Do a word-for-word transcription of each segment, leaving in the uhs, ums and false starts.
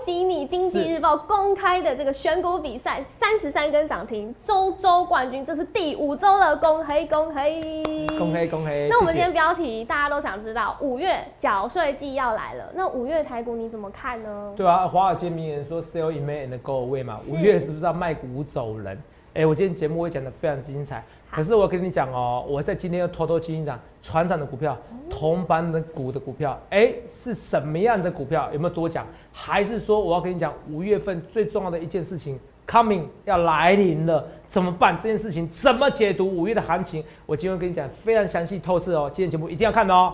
喜你，经济日报公开的这个选股比赛，三十三根涨停，周周冠军，这是第五周了，恭喜恭喜， 恭喜恭喜！ 那我们今天标题大家都想知道，五月缴税季要来了，那五月台股你怎么看呢？ 对啊，华尔街名人说 “sell in May and go away” 嘛，五月是不是要卖股走人？哎、欸，我今天节目会讲得非常精彩，可是我跟你讲哦、喔，我在今天又偷偷进场船长的股票，同板的股的股票，哎、欸，是什么样的股票？有没有多讲？还是说我要跟你讲五月份最重要的一件事情 coming 要来临了，怎么办？这件事情怎么解读五月的行情？我今天会跟你讲非常详细透彻哦，今天节目一定要看的哦。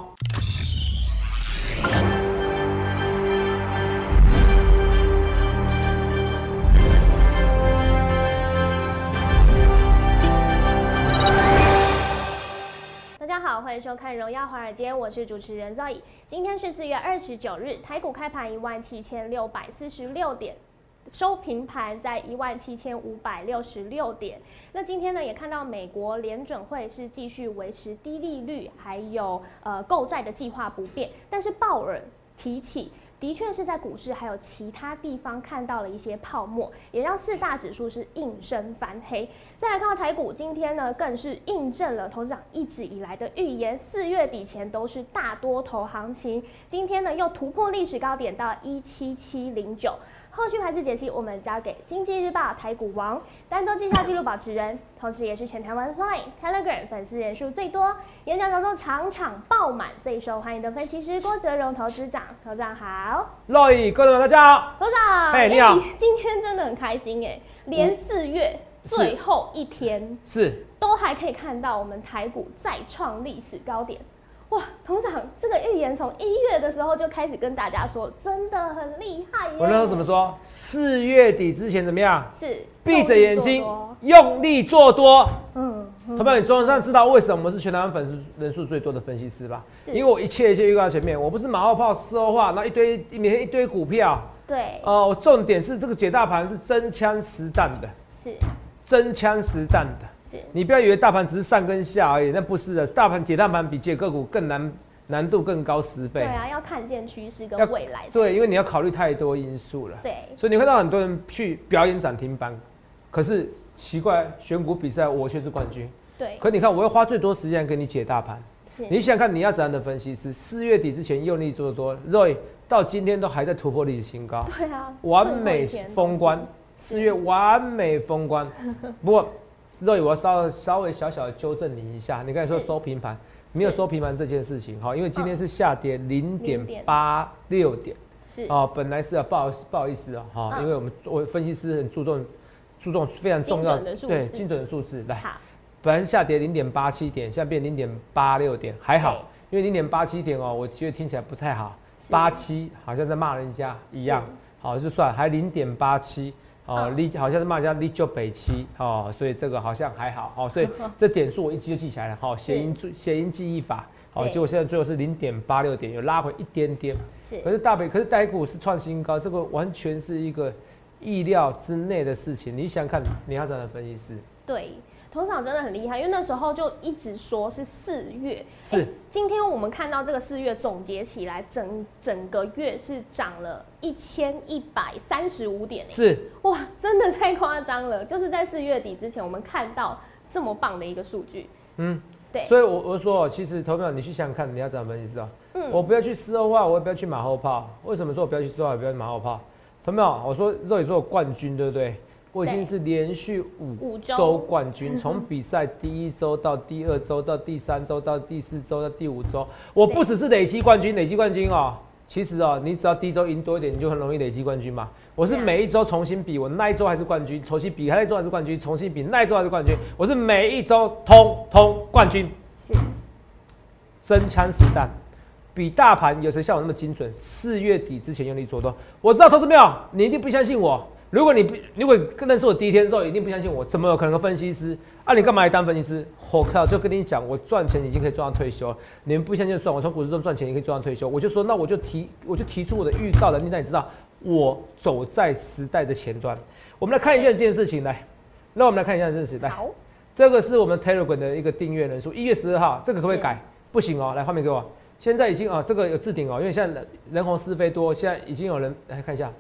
大家好，欢迎收看《荣耀华尔街》，我是主持人 Zoe。今天是四月二十九日，台股开盘一万七千六百四十六点，收平盘在一万七千五百六十六点。那今天呢，也看到美国联准会是继续维持低利率，还有呃购债的计划不变，但是鲍尔提起。的确是在股市还有其他地方看到了一些泡沫，也让四大指数是应声翻黑。再来看到台股，今天呢更是印证了投资长一直以来的预言，四月底前都是大多头行情。今天呢又突破历史高点到一七七零九。后续盘势解析，我们交给经济日报台股王、单周绩效纪录保持人，同时也是全台湾 Line、Telegram 粉丝人数最多、演讲讲座场场爆满、最受欢迎的分析师郭哲荣投资长。投资长好 ，Roy， 各位们大家好。 投资长， 哎、hey, 你好， 今天真的很开心哎，连四月最后一天是都还可以看到我们台股再创历史高点。哇，董事长，这个预言从一月的时候就开始跟大家说，真的很厉害耶。 我那时候怎么说？四月底之前怎么样？ 是闭着眼睛用力做多。嗯，同学们，你总算知道为什么我是全台湾粉丝人数最多的分析师吧？因为我一切一切预告在前面，我不是马后炮、事后话，然后一堆每天一堆股票。 对。 哦、呃，我重点是这个解大盘是真枪实弹的。 是。 真枪实弹的。你不要以为大盘只是上跟下而已，那不是的，大盘解大盘比解个股更难，难度更高十倍。 对啊，要看见趋势跟未来。 对，因为你要考虑太多因素了。 对， 所以你会看到很多人去表演涨停板，可是奇怪，选股比赛我却是冠军。 对。 可你看，我要花最多时间给你解大盘。你想想看，你要怎样的分析师？四月底之前用力做多 ，Roy 到今天都还在突破历史新高。 对啊， 完美封关，四月完美封关。不过。Roy， 我要稍微稍微小小的纠正你一下，你刚才说收平盘，没有收平盘这件事情哈，因为今天是下跌零点八六点，是哦，本来是啊，不好不好意思啊哈，因为我们我分析师很注重注重非常重要的对精准的数字来，本来是下跌零点八七点，现在变零点八六点，还好，因为零点八七点哦，我觉得听起来不太好，八七好像在骂人家一样，好就算还零点八七。哦，离、嗯、好像是骂人家离就北七哦，所以这个好像还好哦，所以这点数我一记就记起来了，好、哦，谐音谐音记忆法，好、哦，结果现在最后是零点八六点，有拉回一点点，是，可是大北可是台股是创新高，这个完全是一个意料之内的事情，你想看你要怎样的分析师？ 对。董事长真的很厉害，因为那时候就一直说是四月， 是、欸。 今天我们看到这个四月总结起来，整整个月是涨了一千一百三十五点， 是。 哇，真的太夸张了！就是在四月底之前，我们看到这么棒的一个数据。嗯，对。 所以我我说，其实投票你去想想看，你要怎样分析师啊？嗯。我不要去事后话，我也不要去马后炮。为什么说我不要去事后，也不要去马后炮？投票，我说肉也说我冠军，对不对？我已经是连续五周冠军，从比赛第一周到第二周到第三周到第四周到第五周，我不只是累积冠军，累积冠军哦。其实哦，你只要第一周赢多一点，你就很容易累积冠军嘛。我是每一周重新比，我那一周还是冠军，重新比那一周还是冠军，重新比那一周还是冠军，我是每一周通通冠军。是，真枪实弹，比大盘有谁像我那么精准？四月底之前用力做多，我知道投资没有，你一定不相信我。如果你不，如果认识我第一天之后，一定不相信我，怎么有可能分析师啊？你干嘛来当分析师？我靠，就跟你讲，我赚钱已经可以赚到退休了。你们不相信算，我从股市中赚钱也可以赚到退休。我就说，那我就提，我就提出我的预告能力，让你知道我走在时代的前端。我们来看一下这件事情，来，那我们来看一下这件事情，来，这个是我们 Telegram 的一个订阅人数，一月十二号，这个可不可以改？不行哦，来画面给我。现在已经啊，这个有置顶哦，因为现在人红是非多，现在已经有人来看一下。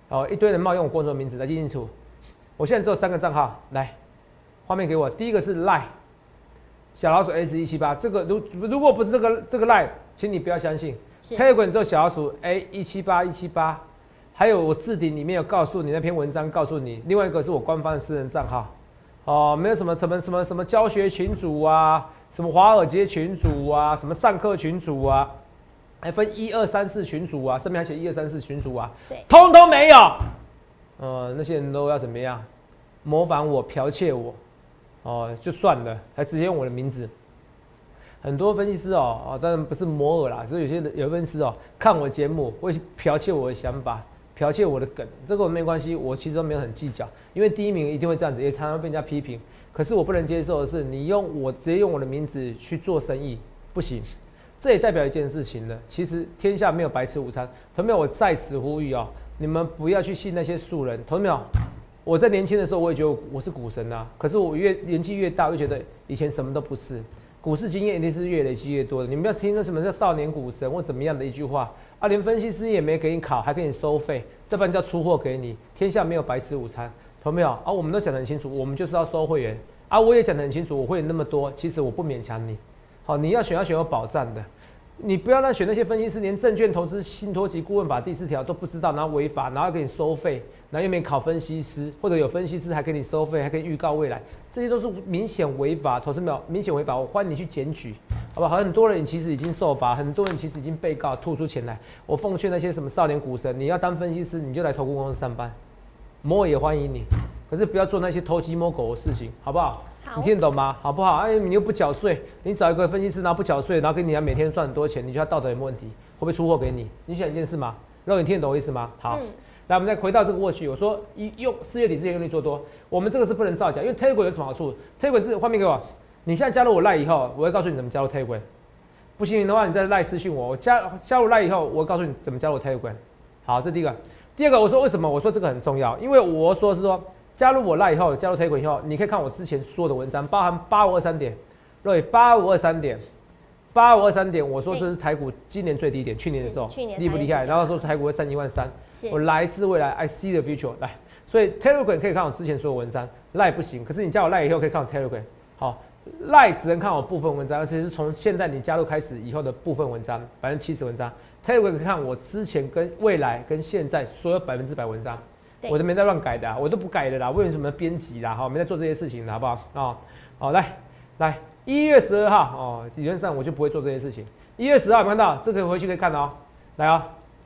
哦，一堆人冒用我公众名字来记清楚。我现在只有三个账号，来，画面给我。第一个是 Line 小老鼠 S 一七八，这个如如果不是这个这个 Line， 请你不要相信。Telegram 只有小老鼠 A 一七八一七八，还有我置顶里面有告诉你那篇文章，告诉你另外一个是我官方的私人账号。哦，没有什么什么什么什么教学群组啊，什么华尔街群组啊，什么上课群组啊，还分一二三四群组啊，上面还写一二三四群组啊， 对， 通通没有。呃，那些人都要怎么样？模仿我、剽窃我，哦，就算了，还直接用我的名字。很多分析师哦，哦，当然不是摩尔啦，所以有些有分析师哦，看我节目会剽窃我的想法，剽窃我的梗，这个我没关系，我其实都没有很计较，因为第一名一定会这样子，也常常被人家批评。可是我不能接受的是，你用我直接用我的名字去做生意，不行。这也代表一件事情了，其实天下没有白吃午餐。同学们，我在此呼吁哦，你们不要去信那些素人。同学们，我在年轻的时候我也觉得我是股神啊，可是我越年纪越大，我就觉得以前什么都不是。股市经验一定是越累积越多的。你们不要听说什么叫少年股神或怎么样的一句话啊，连分析师也没给你考，还给你收费，这番叫出货给你。天下没有白吃午餐，懂没有啊？我们都讲得很清楚，我们就是要收会员啊。我也讲得很清楚，我会员那么多，其实我不勉强你。好，你要选要选有保障的，你不要让选那些分析师连证券投资信托及顾问法第四条都不知道，然后违法，然后给你收费，然后又没考分析师，或者有分析师还给你收费，还可以预告未来，这些都是明显违法，投资没有明显违法，我欢迎你去检举，好不好？很多人其实已经受罚，很多人其实已经被告吐出钱来。我奉劝那些什么少年股神，你要当分析师，你就来投顾公司上班，摩尔也欢迎你，可是不要做那些偷鸡摸狗的事情，好不好？你听得懂吗？好不好？哎，你又不缴税，你找一个分析师，然后不缴税，然后跟你讲每天赚很多钱，你觉得他道德有没有问题？会不会出货给你？你想一件事吗？然后你听得懂我意思吗？好，嗯、来我们再回到这个过去，我说一用四月底之前用力做多，我们这个是不能造假，因为 Telegram 有什么好处 ？Telegram 是画面给我，你现在加入我 Line 以后，我会告诉你怎么加入 Telegram。不行的话，你再 Line 私讯我，我加加入 Line 以后，我会告诉你怎么加入 Telegram。好，这是第一个。第二个，我说为什么？我说这个很重要，因为我说是说。加入我 Line 以后，加入 Telegram 以后，你可以看我之前说的文章，包含八五二三点，对，八五二三点，八五二三点，我说这是台股今年最低点，去年的时候，厉不厉害？然后说台股会上一万三，我来自未来 ，I see the future， 来，所以 Telegram 可以看我之前说的文章 ，Line 不行，可是你加我 Line 以后可以看我 Telegram， 好 ，Line 只能看我部分文章，而且是从现在你加入开始以后的部分文章，百分之七十文章 ，Telegram 可以看我之前跟未来跟现在所有百分之百文章。我都没在乱改的、啊，我都不改的啦。为什么编辑啦？哈，没在做这些事情的，好不好？哦，好，来来，一月十二号哦，理论上我就不会做这些事情。一月十号有没有看到？这个回去可以看哦。来哦，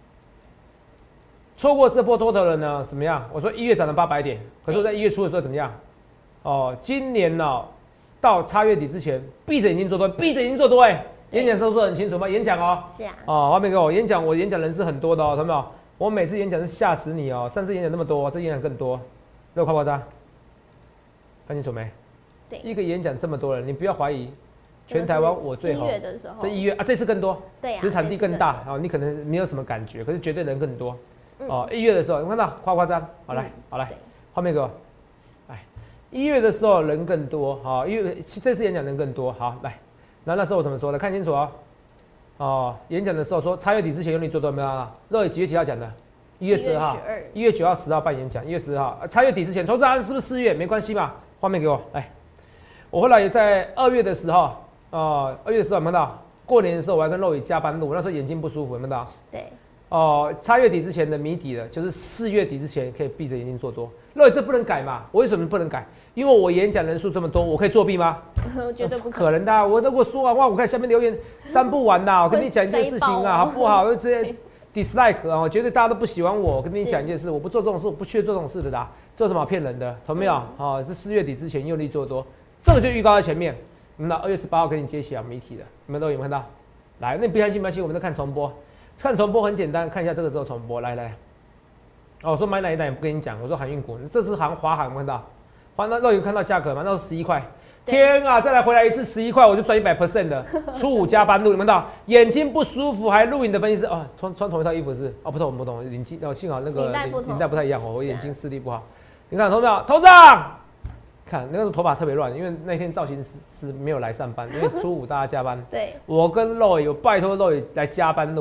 错过这波多头了呢，怎么样？我说一月涨了八百点，可是我在一月初的时候怎么样？哦，今年呢、哦，到差月底之前，闭着眼睛做多，闭着眼睛做多，哎，演讲时候说得很清楚吗？演讲哦，是啊，哦，画面给我，演讲我演讲人是很多的哦，看到没有？我每次演讲是吓死你哦！上次演讲那么多，这演讲更多，有夸不夸张？看清楚没？对，一个演讲这么多人，你不要怀疑，全台湾我最好。一月的时候，这一月啊，这次更多，对、啊，只是产地更大啊、哦，你可能没有什么感觉，可是绝对人更多。嗯、哦，一月的时候，你看到夸不夸张？好来，嗯、好来，画面给我，来，一月的时候人更多，好、哦，因为这次演讲人更多，好来，那那时候我怎么说的？看清楚哦。哦，演讲的时候说，差月底之前用力做多没有啊？肉几月几号讲的？一月十二号，一月九号、十号办演讲，一月十号，差月底之前，投资人是不是四月？没关系嘛，画面给我来。我后来也在二月的时候，哦，二月十号有没有看到？过年的时候我还跟肉宇加班录，那时候眼睛不舒服，有没有看到？对。哦，差月底之前的谜底了，就是四月底之前可以闭着眼睛做多。肉宇这不能改嘛？我为什么不能改？因为我演讲人数这么多，我可以作弊吗？ 我觉得不可能的、啊。我如果说完话，我看下面留言删不完呐。我跟你讲一件事情啊，好不好？就直接 dislike 啊，我觉得大家都不喜欢我。我跟你讲一件事，我不做这种事，我不缺做这种事的啦。做什么骗人的？懂没有？嗯、哦，是四月底之前用力做多，这个就预告在前面。我们到二月十八号给你揭晓谜题的，你们都有没有看到？来，那你不相信没关系，我们都看重播。看重播很简单，看一下这个时候重播。来来，哦，我说买哪一档也不跟你讲，我说航运股，这是航华航，有没有看到？华那肉有看到价格吗？那是十一块。天啊，再来回来一次十一块，我就赚一百 percent 的。初五加班录，有没有看到？眼睛不舒服还录影的分析师哦，穿穿同一套衣服是哦，不同不同，领巾哦，幸好那个领带不太一样哦，我眼睛视力不好。你看，投没有？头上看那个头发特别乱，因为那天造型师是没有来上班，因为初五大家加班。对，我跟肉有拜托肉来加班录。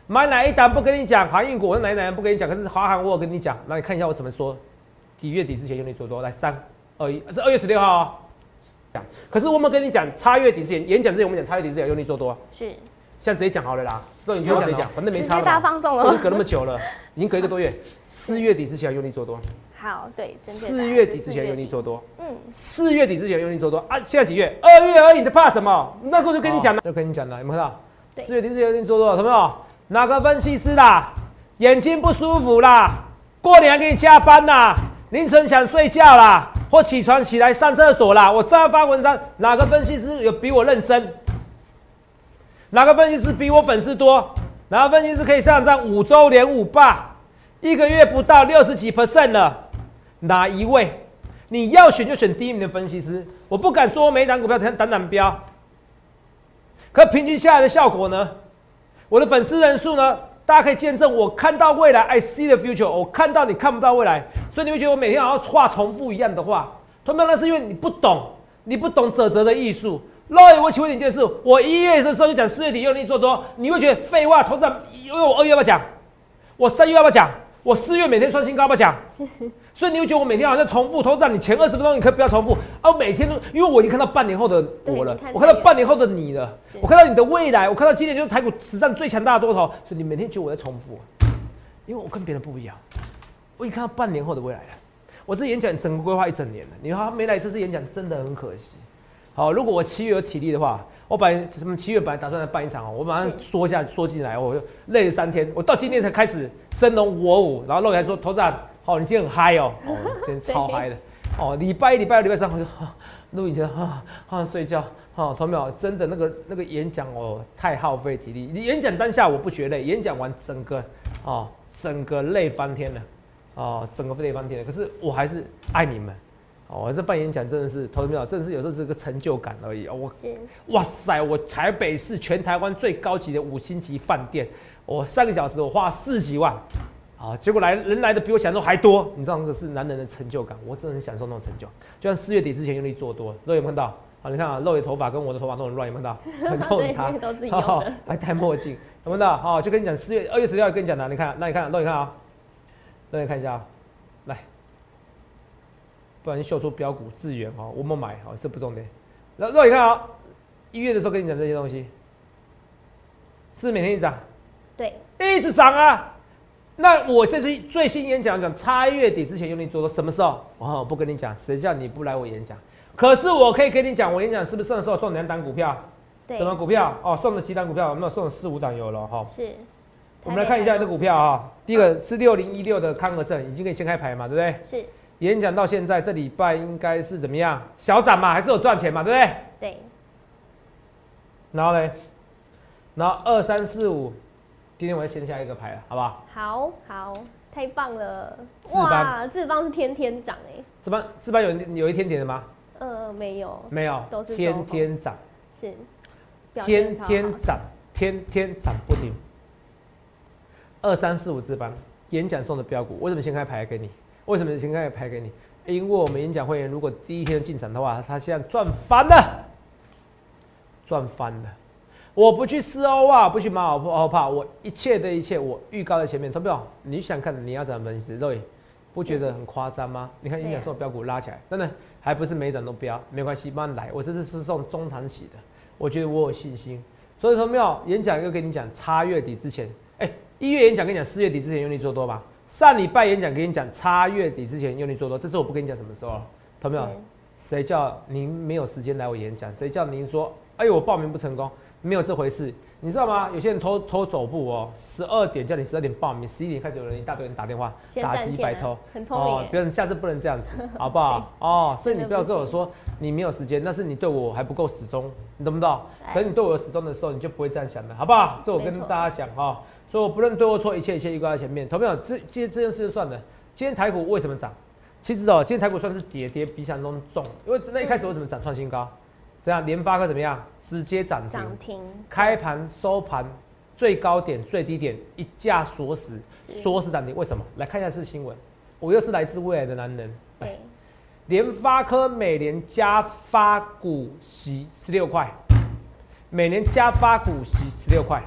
买哪一档不跟你讲？航运股我哪一档不跟你讲？可是华航我有跟你讲，那你看一下我怎么说。底月底之前用力做多，来三二一，是二月十六号啊、哦。可是我们跟你讲，差月底之前演讲之前，我们讲差月底之前用力做多，是。现在直接讲好了啦，这种你不用直接讲，反正没差了。 直接大家放松了， 已经隔那么久了，已经隔一个多月。四月底之前用力做多。 好，对。 四月底之前用力做多。嗯。四月底之前用力做多啊！现在几月？二月而已，你怕什么？那时候就跟你讲了，就跟你讲了，有没有看到？四月底之前用力做多，有没有？哪个分析师啦？眼睛不舒服啦？过年还给你加班啦？凌晨想睡觉啦？或起床起来上厕所啦？我正在发文章，哪个分析师有比我认真？哪个分析师比我粉丝多？哪个分析师可以上涨五周连五霸，一个月不到六十几 percent 了？哪一位？你要选就选第一名的分析师。我不敢说每一档股票档档标，可平均下来的效果呢？我的粉丝人数呢？大家可以见证，我看到未来 ，I see the future。我看到你看不到未来，所以你会觉得我每天好像话重复一样的话。同样，那是因为你不懂，你不懂折折的艺术。Roy， 我请问你一件事，我一月的时候就讲四月底用力做多，你会觉得废话，头涨，因为我二月要不要讲？我三月要不要讲？我四月每天创新高要不要讲？所以你会觉得我每天好像重复，头涨，你前二十分钟你可以不要重复，而每天都，因为我已经看到半年后的我了，我看到半年后的你了，我看到你的未来，我看到今年就是台股史上最强大的多头，所以你每天觉得我在重复，因为我跟别人不一样，我已经看到半年后的未来了。我这演讲整个规划一整年了，你说他没来这次演讲真的很可惜。好，如果我七月有体力的话，我本来什么七月本来打算来办一场哦，我马上缩下缩进来，我就累了三天，我到今天才开始生龙活虎，然后肉还说头长，哦，你今天很嗨哦，哦，今天超嗨的，哦，礼拜一、礼拜二、礼拜三我就录影前啊啊睡觉，哦，同没有？真的那个那个演讲哦，太耗费体力。你演讲当下我不觉累，演讲完整个哦整个累翻天了，哦，整个累翻天了。可是我还是爱你们。哦，我这办演讲真的是，投资朋友真的是有时候是个成就感而已。我，哇塞，我台北市全台湾最高级的五星级饭店，我三个小时我花四十几万，啊，结果来人来的比我想象还多，你知道那个是男人的成就感，我真的很享受那种成就。就像四月底之前用力做多，肉有没有看到？好，你看啊，肉的头发跟我的头发都很乱，有没有看到？都很塌， 都自己用的， 还戴墨镜，有没有看到？好，就跟你讲，四月二月十六号跟你讲的，你看，那你看，肉你看啊，肉你看一下啊，来。不然秀出标股智源哦，我们买哦，这不重点。然后你看啊、哦，一月的时候跟你讲这些东西，是每天一涨， 对， 一直涨啊。那我这次最新演讲讲，差月底之前用力做多，什么时候？哦，不跟你讲，谁叫你不来我演讲？可是我可以跟你讲，我演讲是不是送的时候送两档股票？什么股票？哦，送了几档股票？有没有送了四五档有了哈？是。我们来看一下这股票啊，第一个是六零一六的康和正，已经可以先开牌嘛，对不对？是。演讲到现在，这礼拜应该是怎么样？小涨嘛，还是有赚钱嘛，对不对？对。然后呢？然后二三四五，今天我要先下一个牌了，好不好？ 好，好，太棒了！哇，智邦是天天涨哎。 智邦，智邦有有一天跌的吗？ 呃，没有。 没有， 都是天天涨。 是。 天天涨，天天涨不停。二三四五智邦，演讲送的标股，为什么先开牌给你？为什么先开牌给你？因为我们演讲会员如果第一天进场的话，他现在赚翻了，赚翻了。我不去四欧啊，不去马后炮，我一切的一切我预告在前面。投票，你想看你要怎么分析？对，不觉得很夸张吗？你看演讲送的标股拉起来，真的还不是每档都标，没关系，慢慢来。我这次是送中长期的，我觉得我有信心。所以投票演讲又跟你讲，差月底之前，哎、欸，一月演讲跟你讲，四月底之前用力做多吧。上礼拜演讲跟你讲，差月底之前用力做多，这次我不跟你讲什么时候了，懂没有？谁叫您没有时间来我演讲？谁叫您说，哎呦我报名不成功？没有这回事，你知道吗？有些人偷偷走步哦，十二点叫你十二点报名，十一点开始有人一大堆人打电话，打击白偷， 很聪明、哦。 别人下次不能这样子，好不好？哦，所以你不要跟我说你没有时间，那是你对我还不够始终，你懂不懂？可是你对我有始终的时候，你就不会这样想了，好不好？这我跟大家讲哈。哦，所以我不论对或错，一切一切预告在前面。投票这这这件事就算了。今天台股为什么涨？其实哦，今天台股算是跌跌比想中重，因为那一开始为什么涨创新高？这样联发科怎么样？直接涨停，涨停，开盘收盘最高点最低点一价锁死，锁死涨停。为什么？来看一下是新闻。我又是来自未来的男人。对，联发科每年加发股息十六块，每年加发股息十六块。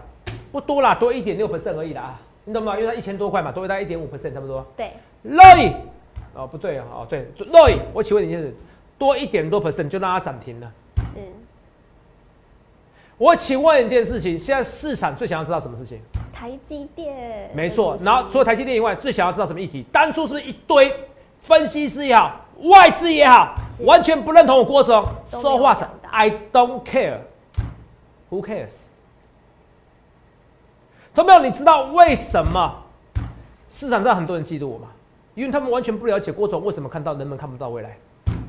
不多啦，多一点六 percent 而已啦，你懂吗？因为它一千多块嘛，多大概一点五 percent 差不多。 对。 Roy， 哦不对哦对 ，Roy， 我请问你一件事，多一点多 percent 就让它涨停了。 嗯。 我请问一件事情，现在市场最想要知道什么事情？ 台积电。 没错，然后除了台积电以外，最想要知道什么议题？当初是不是一堆分析师也好，外资也好，完全不认同我郭总说话是 I don't care，Who cares？ 同学们，你知道为什么市场上很多人嫉妒我吗？因为他们完全不了解郭总为什么看到人们看不到未来。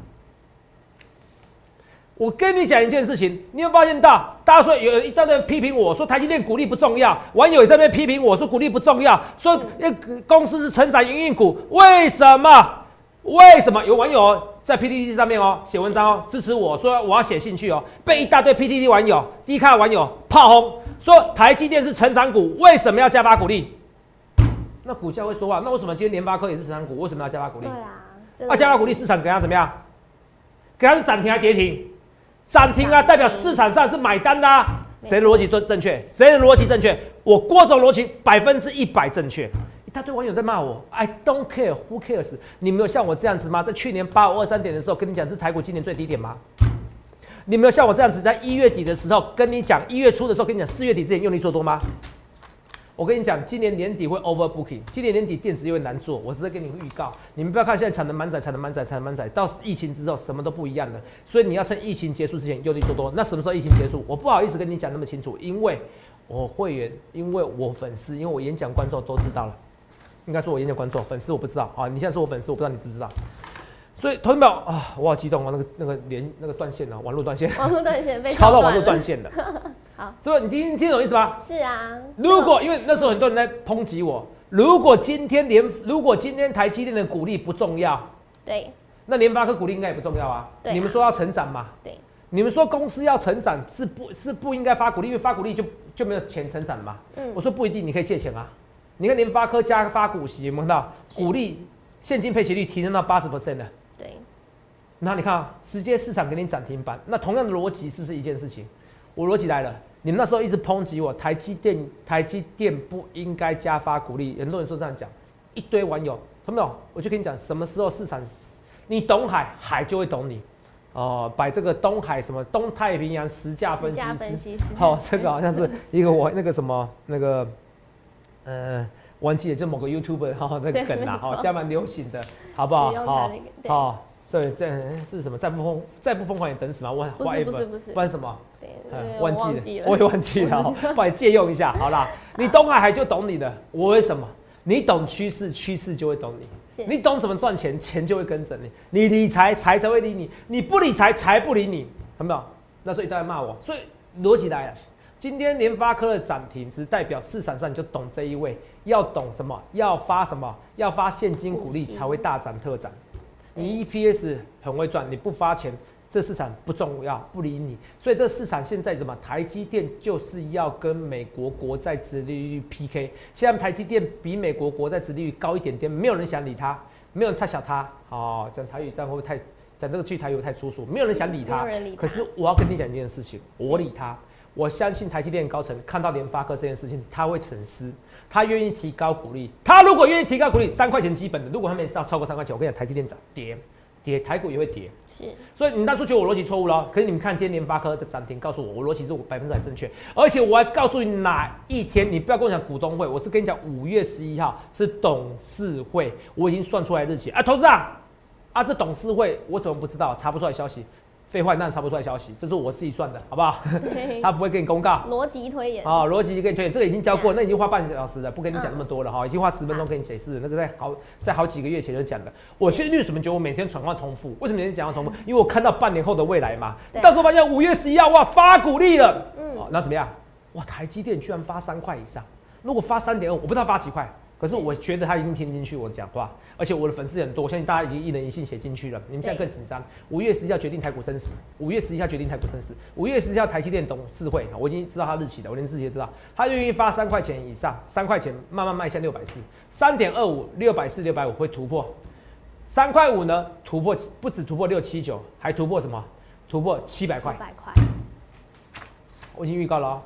我跟你讲一件事情，你会发现到，大家说有一大堆人批评我说台积电股利不重要，网友也在那边批评我说股利不重要，说公司是成长营运股，为什么？为什么有网友在 P T T 上面哦写文章哦支持我说我要写兴趣哦，被一大堆 P T T 网友、低卡网友炮轰，说台积电是成长股，为什么要加发股利？那股价会说话，那为什么今天联发科也是成长股，为什么要加发股利？对啊，啊加发股利市场给它怎么样？给它是涨停还跌停？涨停啊，代表市场上是买单的啊。谁的逻辑都正确？谁的逻辑正确？我郭总逻辑百分之一百正确。一大堆网友在骂我 ，I don't care, who cares？ 你没有像我这样子吗？在去年八五二三点的时候跟你讲是台股今年最低点吗？你没有像我这样子在一月底的时候跟你讲，一月初的时候跟你讲，四月底之前用力做多吗？我跟你讲，今年年底会 overbooking， 今年年底电子又会难做。我只是跟你们预告，你们不要看现在产能满载，产能满载，产能满载，到疫情之后什么都不一样了。所以你要趁疫情结束之前用力做多。那什么时候疫情结束？我不好意思跟你讲那么清楚，因为我会员，因为我粉丝，因为我演讲观众都知道了。应该说我演讲观众，粉丝我不知道啊。你现在是我粉丝，我不知道你知不知道。所以同学们啊，我好激动啊！那个那个连那个断线了，网络断线， 网络断线被敲到网络断线了。 好， 所以你听听懂意思吗？ 是啊。 如果因为那时候很多人在抨击我，如果今天联如果今天台积电的股利不重要， 对， 那联发科股利应该也不重要啊。对啊，你们说要成长嘛？ 对， 你们说公司要成长是不是不应该发股利？因为发股利就就没有钱成长嘛。嗯，我说不一定，你可以借钱啊。你看联发科加发股息，有没有看到股利现金配息率提升到八十 percent 了？ 对。 然后你看啊，直接市场给你涨停板，那同样的逻辑是不是一件事情？我逻辑来了，你们那时候一直抨击我台积电，台积电不应该加发股利，很多人说这样讲，一堆网友，懂不懂？我就跟你讲，什么时候市场，你懂海，海就会懂你。哦、呃，摆这个东海什么东太平洋实价分析师，好、哦，这个好像是一个我那个什么那个，呃。忘记了，就某个 YouTuber 哈、哦、那个梗啦，哈、哦，现在蛮流行的，好不好？好，好，对，这是什么？再不疯，再不疯狂也等死吗？我不是不是不是， 不然什么？ 对， 嗯、忘记了，我也忘记了，帮你借用一下，好啦。你懂海海就懂你的，我为什么？你懂趋势，趋势就会懂你；你懂怎么赚钱，钱就会跟着你。你理财，财才会理你；你不理财，财不理你，有没有？那时候一堆人骂我，所以逻辑来了。今天联发科的涨停，只代表市场上你就懂这一位，要懂什么？要发什么？要发现金股利才会大涨特涨。你 E P S 很会赚，你不发钱，这市场不重要，不理你。所以这市场现在什么？台积电就是要跟美国国债殖利率 P K。现在台积电比美国国债殖利率高一点点，没有人想理它，没有人猜小它。哦，讲台语这样会不会太讲这个去台语太粗俗？没有人想理它。可是我要跟你讲一件事情，我理它。我相信台积电高层看到联发科这件事情，他会沉思，他愿意提高股利。他如果愿意提高股利，三块钱基本的，如果他每次到超过三块钱，我跟你讲，台积电涨跌跌，台股也会跌。是，所以你当初觉得我逻辑错误了，可是你们看今天联发科的涨停，告诉我我逻辑是我百分之百正确，而且我还告诉你哪一天，你不要跟我讲股东会，我是跟你讲五月十一号是董事会，我已经算出来日期啊，投资长啊，这董事会我怎么不知道？查不出来消息。废话，那查不出来消息，这是我自己算的，好不好？他不会给你公告。 逻辑推演。 啊，逻辑给你推演，这个已经教过，那已经花半小时了，不跟你讲那么多了哈，已经花十分钟跟你解释了。那个在好在好几个月前就讲了。我去为什么觉得我每天转换重复？为什么每天讲要重复？因为我看到半年后的未来嘛。到时候发现五月十一号哇发股利了，嗯，哦，那怎么样？哇，台积电居然发三块以上，如果发三点二，我不知道发几块。可是我觉得他一定听进去我讲话，而且我的粉丝很多，我相信大家已经一人一信写进去了。你们现在更紧张。五月十一号决定台股生死，五月十一号决定台股生死，五月十一号台积电董事会，我已经知道他日期了，我连日期也知道，他愿意发三块钱以上，三块钱慢慢迈向六百四，三点二五，六百四，六百五会突破，三块五呢突破不止突破六七九，还突破什么？突破七百块。我已经预告了哦。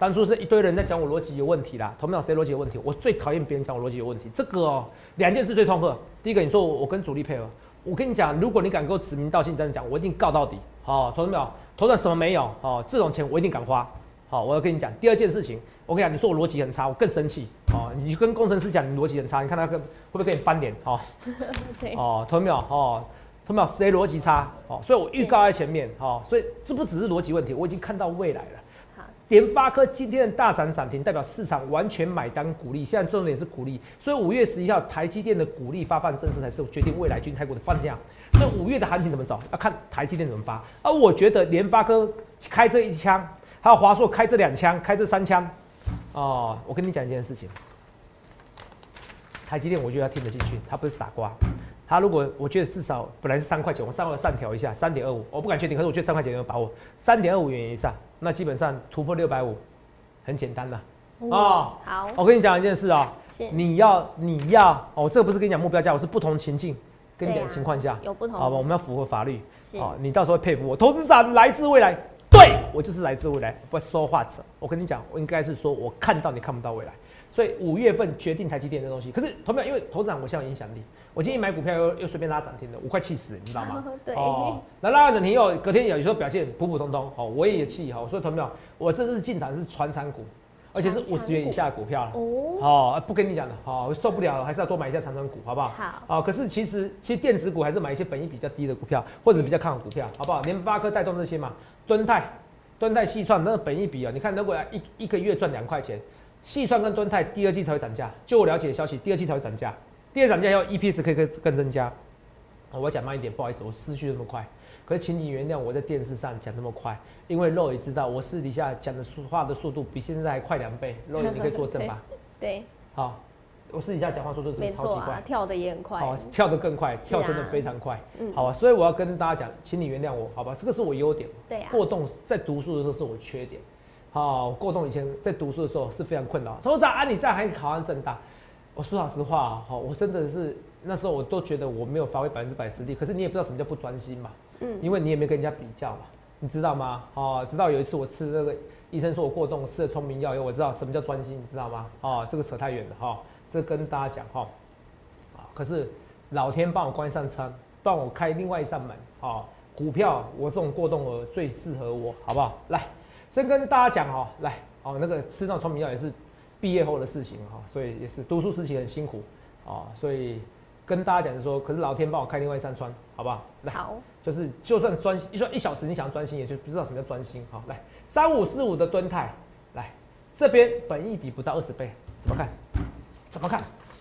当初是一堆人在讲我逻辑有问题啦，同没有谁逻辑有问题？我最讨厌别人讲我逻辑有问题。这个哦，两件事最痛恨。第一个，你说我我跟主力配合，我跟你讲，如果你敢给我指名道姓这样讲，我一定告到底。好、哦，投资没有？投资什么没有？哦，这种钱我一定敢花。好、哦，我要跟你讲。第二件事情，我跟你讲，你说我逻辑很差，我更生气。哦，你跟工程师讲你逻辑很差，你看他跟会不会跟你翻脸？哦，哦，投资没有？哦。他们谁逻辑差？哦，所以我预告在前面，哦，所以这不只是逻辑问题，我已经看到未来了。好，联发科今天的大涨涨停，代表市场完全买单鼓励，现在重点是鼓励，所以五月十一号台积电的鼓励发放政策才是决定未来军台股的方向。所以五月的行情怎么走，要看台积电怎么发。而我觉得联发科开这一枪，还有华硕开这两枪，开这三枪，哦，我跟你讲一件事情，台积电我觉得要听得进去，他不是傻瓜。他如果我觉得至少本来是三块钱，我稍微上调一下，三点二五，我不敢确定，可是我觉得三块钱有把握，三点二五元以上，那基本上突破六百五，很简单啦。哦， 好， 我跟你讲一件事啊、喔，你要你要哦，这个不是跟你讲目标价，我是不同情境跟你讲情况下、啊、 有不同， 好吧，我们要符合法律，哦，你到时候会佩服我，投资长来自未来，对我就是来自未来，不说话者，我跟你讲，我应该是说我看到你看不到未来。所以五月份决定台积电的东西，可是投票，因为投资长我现在有影响力，我今天一买股票又又随便拉涨停了，我快气死了，你知道吗？ 对。 哦，那拉完涨停以后，隔天有时候表现普普通通，哦，我也气哈，所以投票，我这次进场是传产股，而且是五十元以下的股票了，哦，哦，不跟你讲了，好、哦，受不了了，还是要多买一下长产股，好不好？好。哦，可是其实其实电子股还是买一些本益比较低的股票，或者比较看好股票，好不好？联发科带动这些嘛，敦泰、敦泰细创那个本益比啊，你看如果一一个月赚两块钱。细算跟敦泰第二季才会涨价，就我了解的消息，第二季才会涨价，第二涨价要 E P S 可以更更增加。哦、我讲慢一点，不好意思，我思绪那么快，可是请你原谅我在电视上讲那么快，因为肉也知道我私底下讲的话的速度比现在还快两倍，肉你可以作证吧？ 对， 好，我私底下讲话速度是不是超级快？ 啊、跳的也很快， 哦，跳得更快，跳真的非常快，嗯，好吧，所以我要跟大家讲，请你原谅我，好吧，这个是我优点， 对啊， 过动在读书的时候是我缺点。好、哦，过动以前在读书的时候是非常困扰。投资啊，你这样还考上政大，我说老实话，好、哦，我真的是那时候我都觉得我没有发挥百分之百实力。可是你也不知道什么叫不专心嘛，嗯，因为你也没跟人家比较嘛，你知道吗？哦，直到有一次我吃那个医生说我过动，吃了聪明药以后，我知道什么叫专心，你知道吗？哦，这个扯太远了哈、哦，这跟大家讲哈，啊、哦，可是老天帮我关上窗，帮我开另外一扇门，哦，股票我这种过动儿最适合我，好不好？来。先跟大家讲哦，来哦，那个吃那种聪明药也是毕业后的事情哈、哦，所以也是读书时期很辛苦哦，所以跟大家讲是说，可是老天帮我开另外一扇窗，好不好？来， 好， 就是就算专一说一小时你想要专心，也就不知道什么叫专心。好、哦，来三五四五的敦泰，来这边本益比不到二十倍，怎么看？怎么看？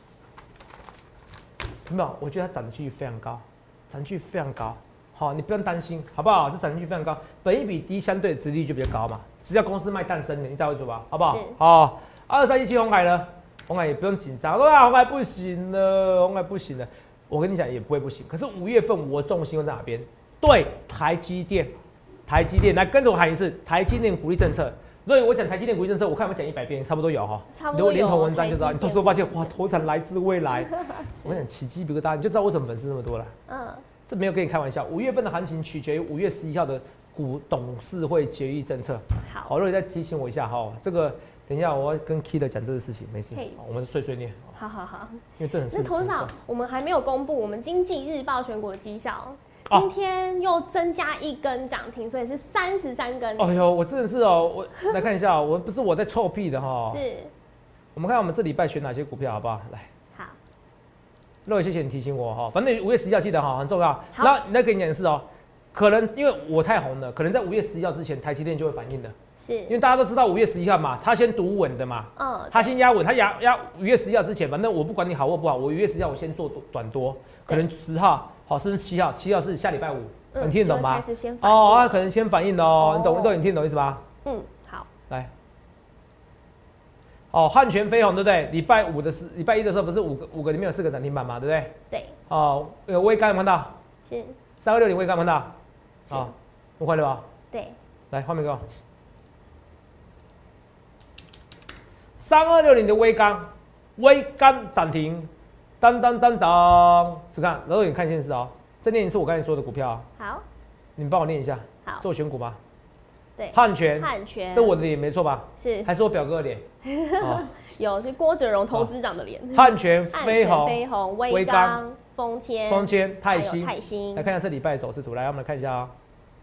有没有？我觉得它涨距非常高，涨距非常高。好，你不用担心，好不好？这涨幅非常高，本益比低，相对殖利率就比较高嘛。只要公司卖蛋生的，你知道为什么吧？好不好？好，二三一七鸿海呢？鸿海也不用紧张，说啊，鸿海不行了，鸿海不行了。我跟你讲，也不会不行。可是五月份我重心会在哪边？对，台积电，台积电来跟着我喊一次，台积电鼓励政策。所以我讲台积电鼓励政策，我看我讲一百遍，差不多有哈。 差不多有。 连同文章就知道，你到时候发现哇，投产来自未来。我跟你讲，起鸡皮疙瘩，你就知道为什么粉丝那么多了。嗯。这没有跟你开玩笑，五月份的行情取决于五月十一号的股董事会决议政策。 好， 好，若你再提醒我一下哈，这个等一下我要跟 Kid 讲这个事情，没事，我们碎碎念。 好好好， 因为这很那董事长，我们还没有公布我们经济日报选股的绩效，今天又增加一根涨停，所以是三十三根。 哎呦，我真的是哦，我来看一下，我不是我在臭屁的哈。 是， 我们看我们这礼拜选哪些股票好不好？来。肉爷，谢谢你提醒我哈，反正五月十一号记得哈，很重要。那那给你演示哦，可能因为我太红了，可能在五月十一号之前，台积电就会反应的。 是，因为大家都知道五月十一号嘛，他先赌稳的嘛，嗯，他先压稳，他压压五月十一号之前，反正我不管你好或不好，我五月十一号我先做短多，可能十号好，甚至七号，七号是下礼拜五，你听得懂吗？哦，他可能先反应的哦，你懂，你懂，你听懂意思吧？ 嗯，好， 来。哦，汉泉飞鸿对不对？礼拜五的时，礼拜一的时候不是五个五个里面有四个涨停板嘛，对不对？ 对。 哦，有微刚有看到？ 是。 三二六零微刚看到？好，不快乐吧？ 对。来， 画面给我。三二六零的微刚，微刚涨停，当当当当，只看，然后你看现实哦，再念一次我刚才说的股票。 好。 你们帮我念一下。 好。 做选股吧。 对， 汉泉， 汉泉， 这我的脸没错吧？ 是， 还是我表哥的脸？哦、 有是郭哲荣投资长的脸。 汉泉、飞鸿、 飞鸿、威刚、丰谦、 丰谦、泰兴、 泰兴。 来看一下这礼拜的走势图，来，我们来看一下啊、哦。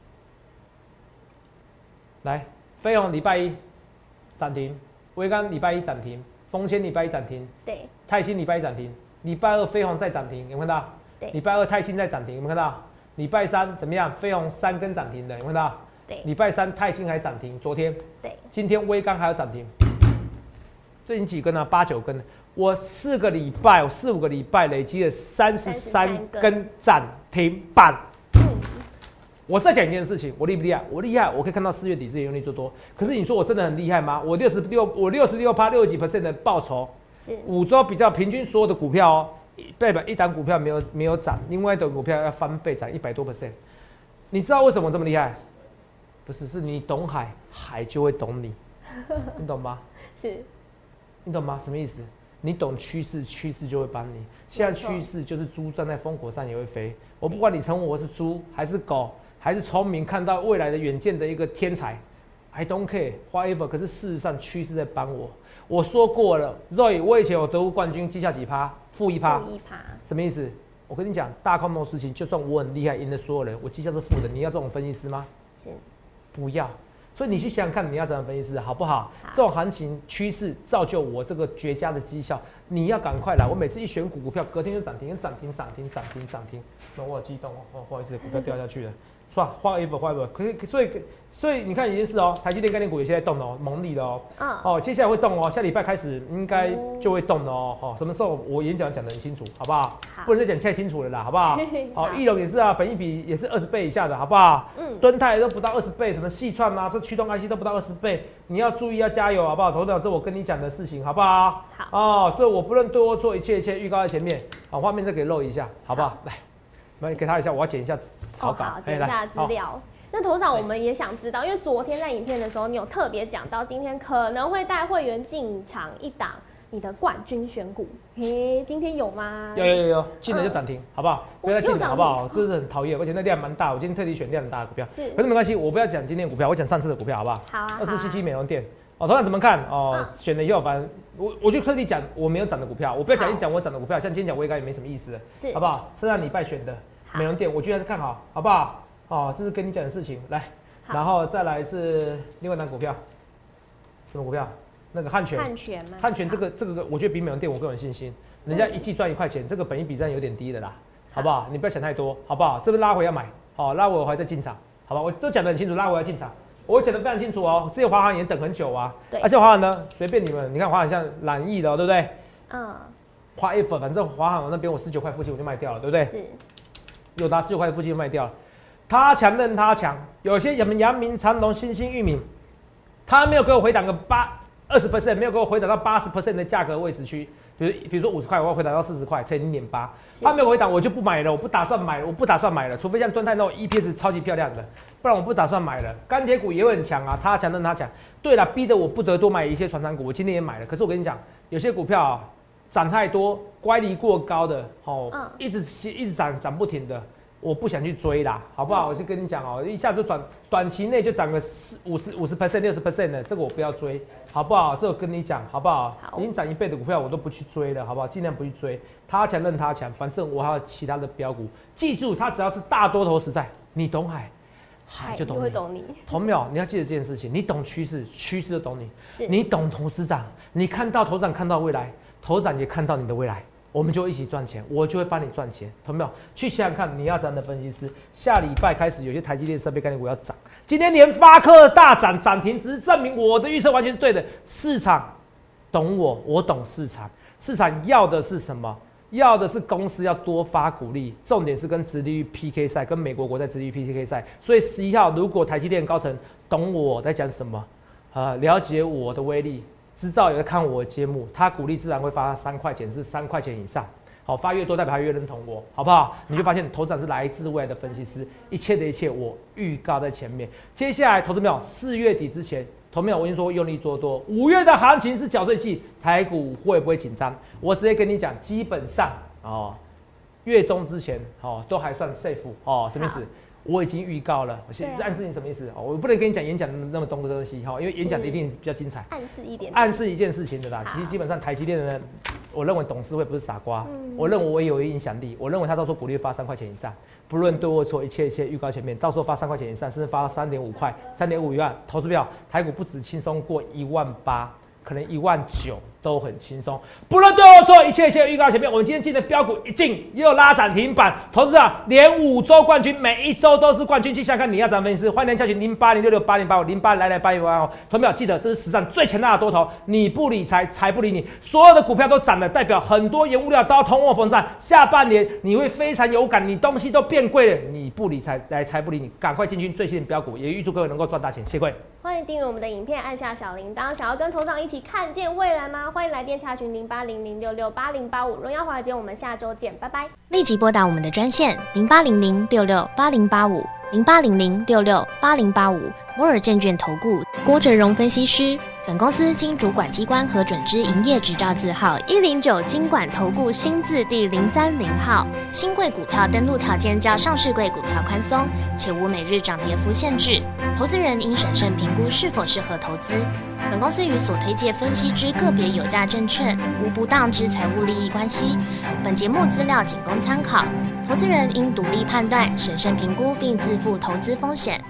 来，飞鸿礼拜一涨停，威刚礼拜一涨停，丰谦礼拜一涨停， 对， 泰兴礼拜一涨停，礼拜二飞鸿再涨停，有没有看到？ 对， 礼拜二泰兴再涨停，有没有看到？礼拜三怎么样？飞鸿三根涨停的，有没有看到？ 对， 礼拜三泰兴还涨停，昨天， 对， 今天威刚还有涨停，最近几根呢？八九根，我四个礼拜，我四五个礼拜累积了三十三根涨停板。我再讲一件事情，我厉不厉害？我厉害，我可以看到四月底之前用力做多。可是你说我真的很厉害吗？我六十六，我六十六趴，六十几 percent 的报酬，五周比较平均所有的股票哦，代表一档股票没有没有涨，另外一档股票要翻倍涨一百多 percent。你知道为什么我这么厉害？不是，是你懂海，海就会懂你，你懂吗？ 是， 你懂吗？什么意思？你懂趋势，趋势就会帮你。现在趋势就是猪站在风口上也会飞。我不管你称我是猪还是狗。还是聪明看到未来的远见的一个天才 ，I don't care whatever。可是事实上趋势在帮我。我说过了 ，Roy， 我以前有得过冠军，绩效几趴？负一趴。 负一趴。什么意思？我跟你讲，大空头事情，就算我很厉害，赢了所有人，我绩效是负的。你要这种分析师吗？ 是。 不要。所以你去想想看，你要怎样分析师，好不好？好，这种行情趋势造就我这个绝佳的绩效，你要赶快来。我每次一选股股票，隔天就涨停，涨停，涨停，涨停，涨停。那我好激动哦，哦，不好意思，股票掉下去了。算了，换 whatever whatever，可以，所以所以你看一件事哦，台积电概念股也现在动了哦，猛力的哦，嗯、哦，接下来会动哦，下礼拜开始应该就会动了哦，好、哦，什么时候我演讲讲得很清楚，好不好？好，不能再讲太清楚了啦，好不好？好，翼龙也是啊，本益比也是二十倍以下的，好不好？嗯，敦泰都不到二十倍，什么细创啊，这驱动 I C 都不到二十倍，你要注意要加油，好不好？投资者，这我跟你讲的事情，好不好？好，哦，所以我不论对或错，一切一切预告在前面，好，画面再给露一下，好不好？好来，来给他一下，我要剪一下草稿， 哦、好，剪一下资料。那头长，我们也想知道，因为昨天在影片的时候，你有特别讲到，今天可能会带会员进场一档你的冠军选股，嘿，今天有吗？ 有有有有，进了就涨停，嗯、好不好？不要再进了，好不好？这是很讨厌，而且那量蛮大，我今天特地选量很大的股票，是，可是没关系，我不要讲今天的股票，我讲上次的股票，好不好？好啊。二四七七美容店，哦，头长怎么看？哦，嗯、选了以后，反正我我就特地讲我没有涨的股票，我不要讲一讲我涨的股票，像今天讲我应该也没什么意思了，是，好不好？是上礼拜选的美容店，我居然是看好，好不好？哦，这是跟你讲的事情，来。然后再来是另外一档股票，什么股票？那个汉泉。 汉泉吗？ 汉泉这个这个，我觉得比美容店我更有信心。人家一季赚一块钱，这个本益比占有点低的啦，好不好？你不要想太多，好不好？这边拉回要买，好，拉回我还在进场，好吧？我都讲得很清楚，拉回要进场，我讲得非常清楚哦。之前华航也等很久啊，对。而且华航呢，随便你们，你看华航像染疫的、哦，对不对？嗯。华 F， 反正华航那边我十九块附近我就卖掉了，对不对？是。友达十九块附近就卖掉了。他强任他强，有些什么阳明、长荣、新兴、裕民，他没有给我回档个八二十 percent， 没有给我回档到八十 percent 的价格位置区，比如比如说五十块，我要回档到四十块，乘以零点八，他没有回档，我就不买了，我不打算买了，我不打算买了，除非像敦泰那种 E P S 超级漂亮的，不然我不打算买了。钢铁股也会很强啊，他强任他强。对了，逼得我不得多买一些传产股，我今天也买了，可是我跟你讲，有些股票啊涨太多，乖离过高的，哦，嗯、一直一直涨涨不停的。我不想去追啦，好不好？我就跟你讲哦、喔，一下就转短期内就涨个五十五十 percent、六十 percent 的，这个我不要追，好不好？这我跟你讲，好不好？好，已经涨一倍的股票我都不去追了，好不好？尽量不去追，他强任他强，反正我还有其他的标股。记住，他只要是大多头实在，你懂海，海就懂你。会懂你。同没有？你要记得这件事情，你懂趋势，趋势就懂你。你懂投资长，你看到头长看到未来，头长也看到你的未来。我们就一起赚钱，我就会帮你赚钱，懂没有？去想想看，你要怎样的分析师？下礼拜开始，有些台积电设备概念股要涨，今天联发科大涨涨停，只是证明我的预测完全是对的。市场懂我，我懂市场，市场要的是什么？要的是公司要多发股利，重点是跟殖利率 P K 赛，跟美国国债殖利率 P K 赛。所以十一号，如果台积电高层懂我在讲什么，呃，了解我的威力。知道有在看我的节目，他股利自然会发三块钱至三块钱以上，好发越多代表他越认同我，好不好？你就发现投资长是来自未来的分析师，一切的一切我预告在前面。接下来投资票四月底之前，投资票我已经说用力做多，五月的行情是缴税季，台股会不会紧张？我直接跟你讲，基本上哦，月中之前哦都还算 safe 哦，什么意思？ 我已经预告了，我先暗示你什么意思？我不能跟你讲演讲那么东东西哈，因为演讲的一定是比较精彩。 暗示一点， 暗示一件事情的啦。其实基本上台积电的人，我认为董事会不是傻瓜，嗯、我认为我也有影响力，我认为他到时候鼓励发三块钱以上，不论对或错，一切一切预告前面，到时候发三块钱以上，甚至发三点五块、三点五一万，投资票台股不止轻松过一万八，可能一万九。都很轻松，不论对或错，一切一切预告前面。我们今天进的标股一进又拉涨停板，投资者连五周冠军，每一周都是冠军。去想看你要怎么分析？欢迎加群零八零六六八零八五零八来来八一八哦。投票记得，这是史上最强大的多头，你不理财，财不理你。所有的股票都涨了，代表很多原物料都要通货膨胀。下半年你会非常有感，你东西都变贵了，你不理财，来财不理你，赶快进军最新的标股，也预祝各位能够赚大钱。谢谢各位。 欢迎订阅我们的影片，按下小铃铛。想要跟头长一起看见未来吗？欢迎来电查询零八零零六六八零八五。荣耀华尔街，我们下周见，拜拜。 立即拨打我们的专线零八零零六六八零八五零八零零六六八零八五。摩尔证券投顾郭哲荣分析师。本公司经主管机关核准之营业执照字号一零九金管投顾新字第零三零号。新贵股票登录条件较上市贵股票宽松，且无每日涨跌幅限制。投资人应审慎评估是否适合投资。本公司与所推介分析之个别有价证券无不当之财务利益关系。本节目资料仅供参考，投资人应独立判断、审慎评估并自负投资风险。